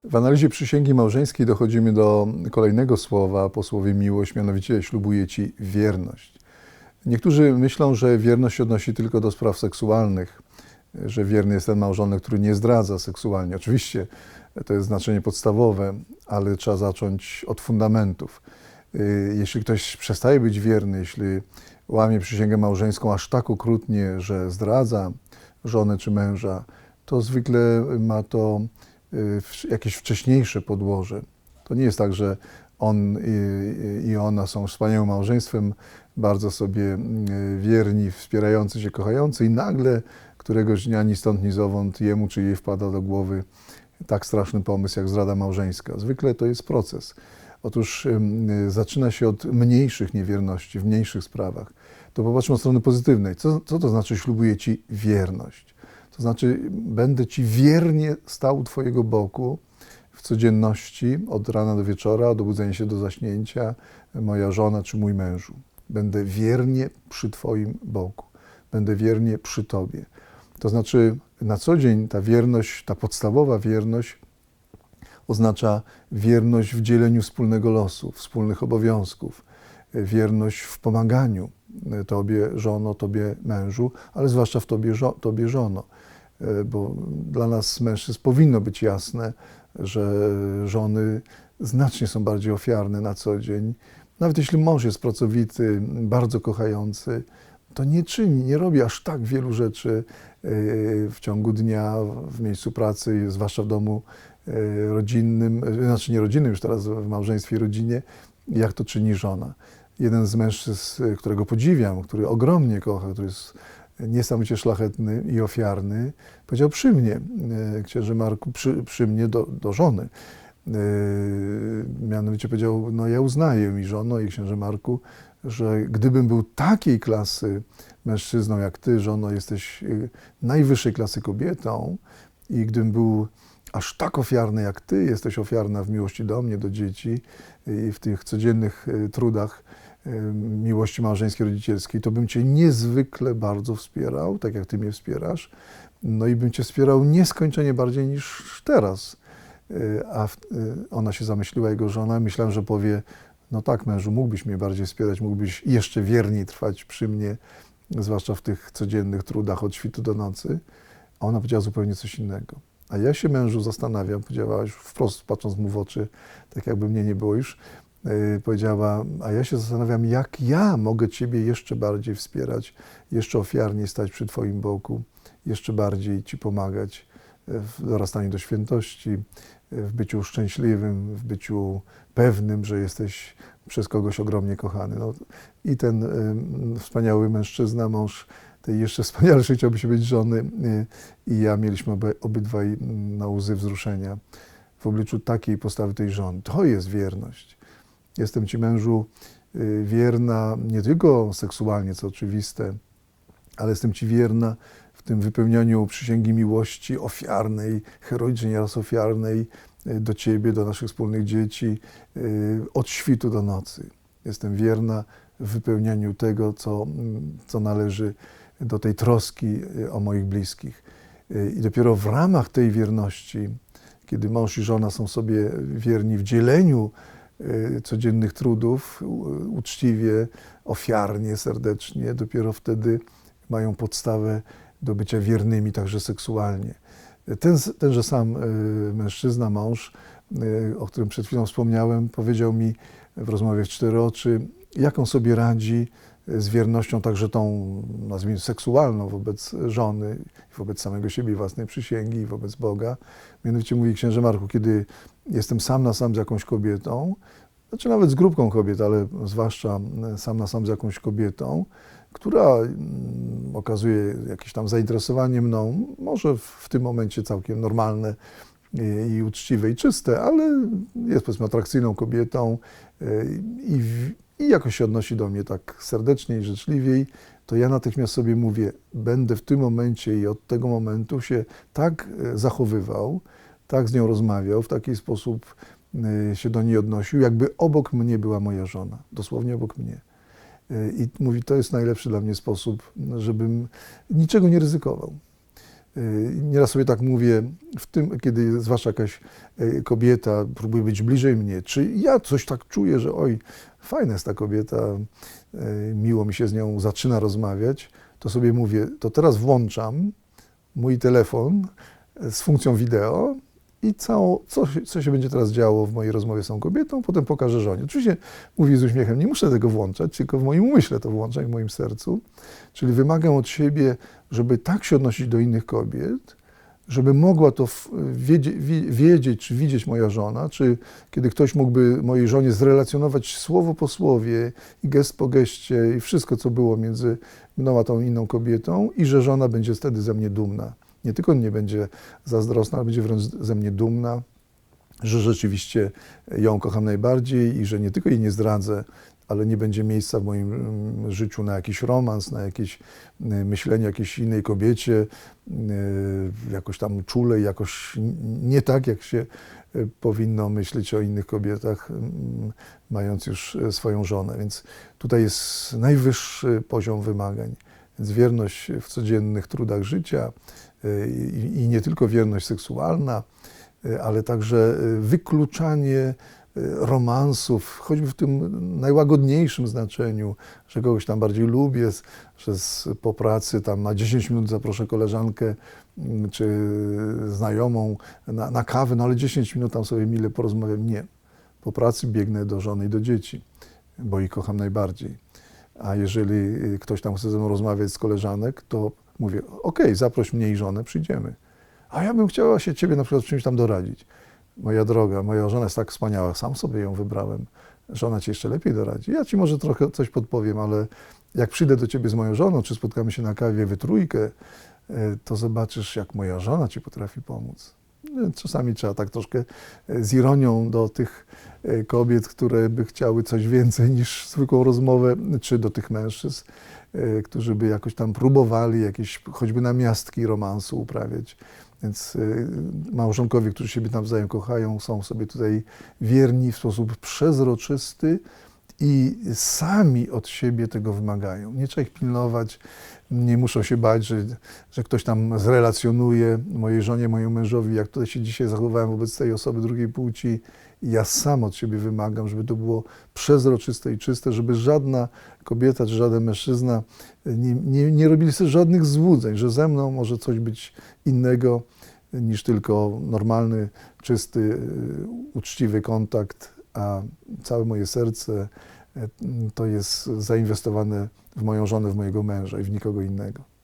W analizie przysięgi małżeńskiej dochodzimy do kolejnego słowa po słowie miłość, mianowicie ślubuję Ci wierność. Niektórzy myślą, że wierność się odnosi tylko do spraw seksualnych, że wierny jest ten małżonek, który nie zdradza seksualnie. Oczywiście to jest znaczenie podstawowe, ale trzeba zacząć od fundamentów. Jeśli ktoś przestaje być wierny, jeśli łamie przysięgę małżeńską aż tak okrutnie, że zdradza żonę czy męża, to zwykle ma to jakieś wcześniejsze podłoże. To nie jest tak, że on i ona są wspaniałym małżeństwem, bardzo sobie wierni, wspierający się, kochający i nagle któregoś dnia ni stąd, ni zowąd jemu czy jej wpada do głowy tak straszny pomysł jak zdrada małżeńska. Zwykle to jest proces. Otóż zaczyna się od mniejszych niewierności, w mniejszych sprawach. To popatrzmy od strony pozytywnej. Co to znaczy ślubuję Ci wierność? To znaczy będę Ci wiernie stał u Twojego boku w codzienności, od rana do wieczora, od obudzenia się do zaśnięcia, moja żona czy mój mężu. Będę wiernie przy Twoim boku. Będę wiernie przy Tobie. To znaczy na co dzień ta wierność, ta podstawowa wierność oznacza wierność w dzieleniu wspólnego losu, wspólnych obowiązków, wierność w pomaganiu Tobie, żono, Tobie, mężu, ale zwłaszcza w Tobie, żono. Bo dla nas, mężczyzn, powinno być jasne, że żony znacznie są bardziej ofiarne na co dzień. Nawet jeśli mąż jest pracowity, bardzo kochający, to nie czyni, nie robi aż tak wielu rzeczy w ciągu dnia, w miejscu pracy, zwłaszcza w domu rodzinnym, znaczy nie rodzinnym, już teraz w małżeństwie i rodzinie, jak to czyni żona. Jeden z mężczyzn, którego podziwiam, który ogromnie kocha, który jest niesamowicie szlachetny i ofiarny, powiedział przy mnie, księże Marku, przy mnie do żony. Mianowicie powiedział, no ja uznaję i żono, i księże Marku, że gdybym był takiej klasy mężczyzną jak Ty, żono, jesteś najwyższej klasy kobietą i gdybym był aż tak ofiarny jak Ty, jesteś ofiarna w miłości do mnie, do dzieci i w tych codziennych trudach miłości małżeńskiej, rodzicielskiej, to bym Cię niezwykle bardzo wspierał, tak jak Ty mnie wspierasz, no i bym Cię wspierał nieskończenie bardziej niż teraz. A ona się zamyśliła, jego żona, myślałem, że powie, no tak mężu, mógłbyś mnie bardziej wspierać, mógłbyś jeszcze wierniej trwać przy mnie, zwłaszcza w tych codziennych trudach od świtu do nocy. A ona powiedziała zupełnie coś innego. A ja się mężu zastanawiam, powiedziała już wprost, patrząc mu w oczy, tak jakby mnie nie było już, powiedziała, a ja się zastanawiam, jak ja mogę Ciebie jeszcze bardziej wspierać, jeszcze ofiarniej stać przy Twoim boku, jeszcze bardziej Ci pomagać w dorastaniu do świętości, w byciu szczęśliwym, w byciu pewnym, że jesteś przez kogoś ogromnie kochany. No, i ten wspaniały mężczyzna, mąż tej jeszcze wspanialszej chciałby się być żony i ja mieliśmy obydwaj na łzy wzruszenia w obliczu takiej postawy tej żony. To jest wierność. Jestem Ci, mężu, wierna nie tylko seksualnie, co oczywiste, ale jestem Ci wierna w tym wypełnianiu przysięgi miłości ofiarnej, heroicznie nieraz ofiarnej do Ciebie, do naszych wspólnych dzieci, od świtu do nocy. Jestem wierna w wypełnianiu tego, co należy do tej troski o moich bliskich. I dopiero w ramach tej wierności, kiedy mąż i żona są sobie wierni w dzieleniu codziennych trudów, uczciwie, ofiarnie, serdecznie, dopiero wtedy mają podstawę do bycia wiernymi także seksualnie. Tenże sam mężczyzna, mąż, o którym przed chwilą wspomniałem, powiedział mi w rozmowie w cztery oczy, jak on sobie radzi z wiernością także tą, nazwijmy, seksualną wobec żony, wobec samego siebie, własnej przysięgi i wobec Boga. Mianowicie mówi, księże Marku, kiedy jestem sam na sam z jakąś kobietą, znaczy nawet z grupką kobiet, ale zwłaszcza sam na sam z jakąś kobietą, która okazuje jakieś tam zainteresowanie mną, może w tym momencie całkiem normalne i uczciwe i czyste, ale jest, powiedzmy, atrakcyjną kobietą i jakoś się odnosi do mnie tak serdecznie i życzliwiej, to ja natychmiast sobie mówię, będę w tym momencie i od tego momentu się tak zachowywał, tak z nią rozmawiał, w taki sposób się do niej odnosił, jakby obok mnie była moja żona, dosłownie obok mnie. I mówi, to jest najlepszy dla mnie sposób, żebym niczego nie ryzykował. Nieraz sobie tak mówię, w tym, kiedy zwłaszcza jakaś kobieta próbuje być bliżej mnie, czy ja coś tak czuję, że oj, fajna jest ta kobieta, miło mi się z nią zaczyna rozmawiać, to sobie mówię, to teraz włączam mój telefon z funkcją wideo i co się będzie teraz działo w mojej rozmowie z tą kobietą, potem pokażę żonie. Oczywiście mówię z uśmiechem, nie muszę tego włączać, tylko w moim umyśle to włączam, w moim sercu. Czyli wymagam od siebie, żeby tak się odnosić do innych kobiet, żeby mogła to wiedzieć, czy widzieć moja żona, czy kiedy ktoś mógłby mojej żonie zrelacjonować słowo po słowie i gest po geście i wszystko, co było między mną a tą inną kobietą i że żona będzie wtedy ze mnie dumna. Nie tylko nie będzie zazdrosna, ale będzie wręcz ze mnie dumna, że rzeczywiście ją kocham najbardziej i że nie tylko jej nie zdradzę, ale nie będzie miejsca w moim życiu na jakiś romans, na jakieś myślenie o jakiejś innej kobiecie, jakoś tam czule, jakoś nie tak, jak się powinno myśleć o innych kobietach, mając już swoją żonę. Więc tutaj jest najwyższy poziom wymagań. Więc wierność w codziennych trudach życia i nie tylko wierność seksualna, ale także wykluczanie romansów, choćby w tym najłagodniejszym znaczeniu, że kogoś tam bardziej lubię, że po pracy tam na 10 minut zaproszę koleżankę czy znajomą na kawę, no ale 10 minut tam sobie mile porozmawiam. Nie. Po pracy biegnę do żony i do dzieci, bo ich kocham najbardziej. A jeżeli ktoś tam chce ze mną rozmawiać z koleżanek, to mówię, okej, zaproś mnie i żonę, przyjdziemy. A ja bym chciała się ciebie na przykład w czymś tam doradzić. Moja droga, moja żona jest tak wspaniała, sam sobie ją wybrałem. Żona ci jeszcze lepiej doradzi. Ja ci może trochę coś podpowiem, ale jak przyjdę do ciebie z moją żoną, czy spotkamy się na kawie we trójkę, to zobaczysz, jak moja żona ci potrafi pomóc. Czasami trzeba tak troszkę z ironią do tych kobiet, które by chciały coś więcej niż zwykłą rozmowę, czy do tych mężczyzn, którzy by jakoś tam próbowali jakieś choćby namiastki romansu uprawiać. Więc małżonkowie, którzy siebie nawzajem kochają, są sobie tutaj wierni w sposób przezroczysty i sami od siebie tego wymagają. Nie trzeba ich pilnować, nie muszą się bać, że ktoś tam zrelacjonuje mojej żonie, mojemu mężowi, jak tutaj się dzisiaj zachowałem wobec tej osoby drugiej płci. Ja sam od siebie wymagam, żeby to było przezroczyste i czyste, żeby żadna kobieta czy żaden mężczyzna nie robili sobie żadnych złudzeń, że ze mną może coś być innego niż tylko normalny, czysty, uczciwy kontakt, a całe moje serce to jest zainwestowane w moją żonę, w mojego męża i w nikogo innego.